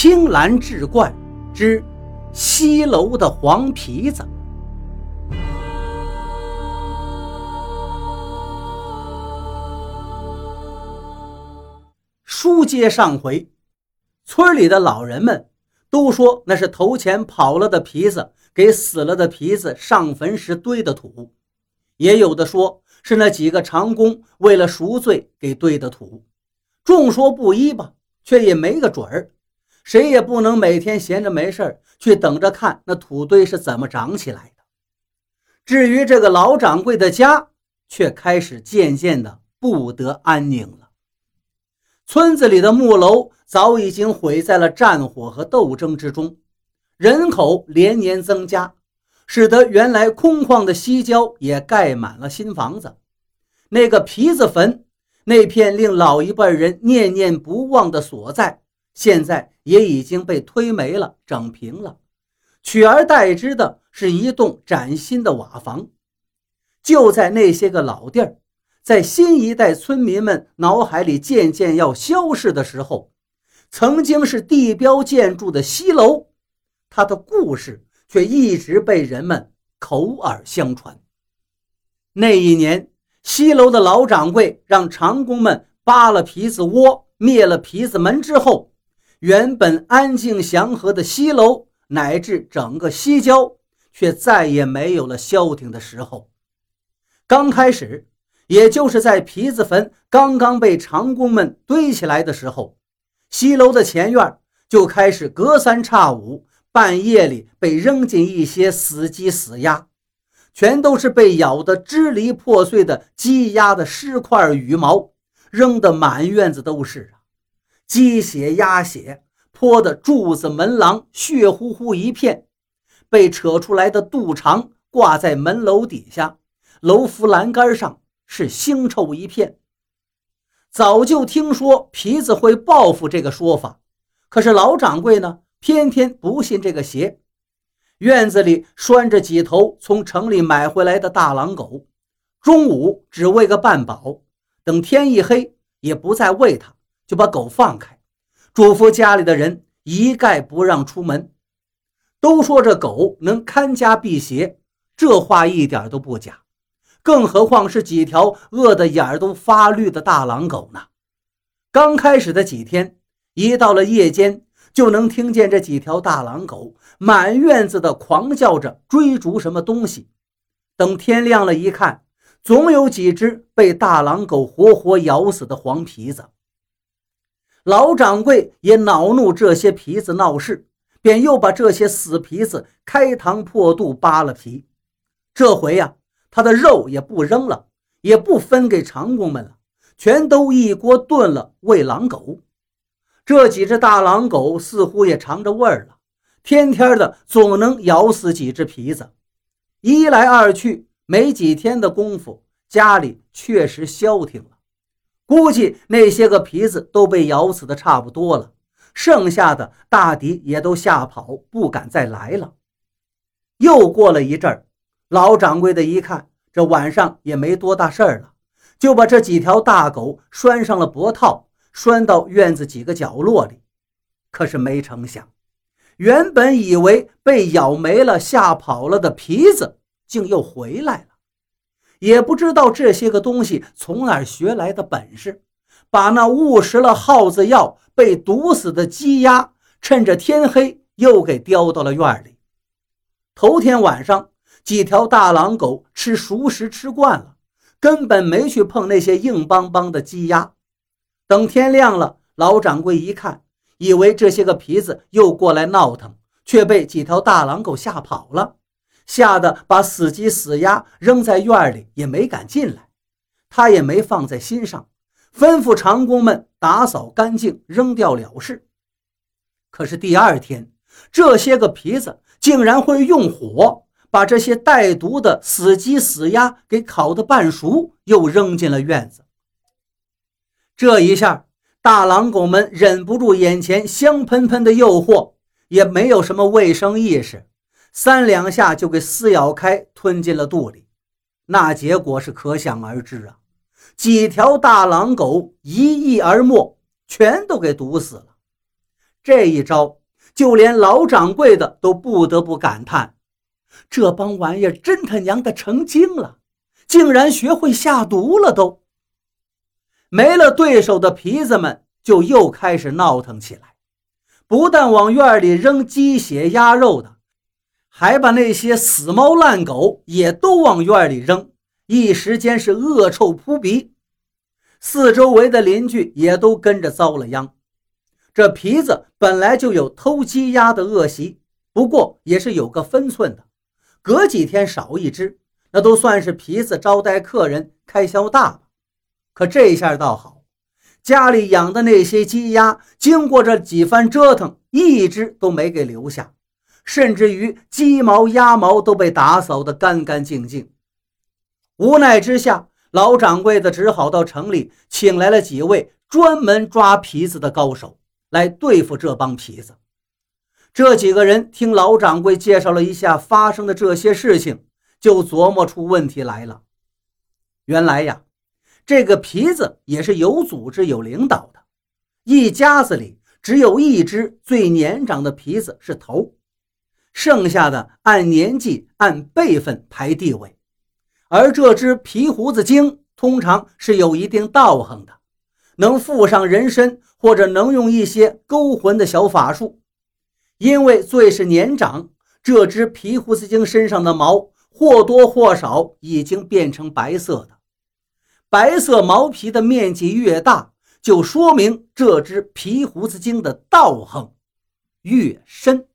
青蓝志怪之西楼的黄皮子。书接上回，村里的老人们都说那是头前跑了的皮子给死了的皮子上坟时堆的土，也有的说是那几个长工为了赎罪给堆的土，众说不一吧，却也没个准儿，谁也不能每天闲着没事去等着看那土堆是怎么长起来的。至于这个老掌柜的家，却开始渐渐的不得安宁了。村子里的木楼早已经毁在了战火和斗争之中，人口连年增加，使得原来空旷的西郊也盖满了新房子。那个皮子坟，那片令老一辈人念念不忘的所在，现在也已经被推没了，整平了，取而代之的是一栋崭新的瓦房。就在那些个老地儿在新一代村民们脑海里渐渐要消逝的时候，曾经是地标建筑的西楼，它的故事却一直被人们口耳相传。那一年，西楼的老掌柜让长工们扒了皮子窝，灭了皮子门之后，原本安静祥和的西楼乃至整个西郊却再也没有了消停的时候。刚开始，也就是在皮子坟刚刚被长工们堆起来的时候，西楼的前院就开始隔三差五半夜里被扔进一些死鸡死鸭，全都是被咬得支离破碎的鸡鸭的尸块羽毛，扔得满院子都是啊，鸡血鸭血泼得柱子门廊血乎乎一片，被扯出来的肚肠挂在门楼底下，楼扶栏杆上是腥臭一片。早就听说皮子会报复这个说法，可是老掌柜呢，偏偏不信这个邪。院子里拴着几头从城里买回来的大狼狗，中午只喂个半饱，等天一黑也不再喂它，就把狗放开，嘱咐家里的人一概不让出门。都说这狗能看家辟邪，这话一点都不假，更何况是几条饿得眼儿都发绿的大狼狗呢？刚开始的几天，一到了夜间，就能听见这几条大狼狗满院子的狂叫着追逐什么东西。等天亮了一看，总有几只被大狼狗活活咬死的黄皮子。老掌柜也恼怒这些皮子闹事，便又把这些死皮子开膛破肚扒了皮。这回呀，他的肉也不扔了，也不分给长工们了，全都一锅炖了喂狼狗。这几只大狼狗似乎也尝着味儿了，天天的总能咬死几只皮子。一来二去，没几天的功夫，家里确实消停了。估计那些个皮子都被咬死的差不多了，剩下的大抵也都吓跑，不敢再来了。又过了一阵儿，老掌柜的一看这晚上也没多大事儿了，就把这几条大狗拴上了脖套，拴到院子几个角落里。可是没成想，原本以为被咬没了吓跑了的皮子竟又回来了。也不知道这些个东西从哪儿学来的本事，把那误食了耗子药被毒死的鸡鸭趁着天黑又给叼到了院里。头天晚上几条大狼狗吃熟食吃惯了，根本没去碰那些硬邦邦的鸡鸭。等天亮了，老掌柜一看，以为这些个皮子又过来闹腾，却被几条大狼狗吓跑了，吓得把死鸡死鸭扔在院里也没敢进来。他也没放在心上，吩咐长工们打扫干净，扔掉了事。可是第二天，这些个皮子竟然会用火把这些带毒的死鸡死鸭给烤得半熟，又扔进了院子。这一下，大狼狗们忍不住眼前香喷喷的诱惑，也没有什么卫生意识，三两下就给撕咬开，吞进了肚里。那结果是可想而知啊，几条大狼狗一役而没，全都给毒死了。 这一招就连老掌柜的都不得不感叹，这帮玩意儿真他娘的成精了，竟然学会下毒了都。没了对手的皮子们就又开始闹腾起来，不但往院里扔鸡血鸭肉的，还把那些死猫烂狗也都往院里扔，一时间是恶臭扑鼻。四周围的邻居也都跟着遭了殃。这皮子本来就有偷鸡鸭的恶习，不过也是有个分寸的，隔几天少一只，那都算是皮子招待客人开销大了。可这下倒好，家里养的那些鸡鸭经过这几番折腾，一只都没给留下，甚至于鸡毛鸭毛都被打扫得干干净净。无奈之下，老掌柜的只好到城里请来了几位专门抓皮子的高手来对付这帮皮子。这几个人听老掌柜介绍了一下发生的这些事情，就琢磨出问题来了。原来呀，这个皮子也是有组织有领导的，一家子里只有一只最年长的皮子是头，剩下的按年纪按辈分排地位。而这只皮胡子精通常是有一定道行的，能附上人身或者能用一些勾魂的小法术。因为最是年长，这只皮胡子精身上的毛或多或少已经变成白色的，白色毛皮的面积越大，就说明这只皮胡子精的道行越深。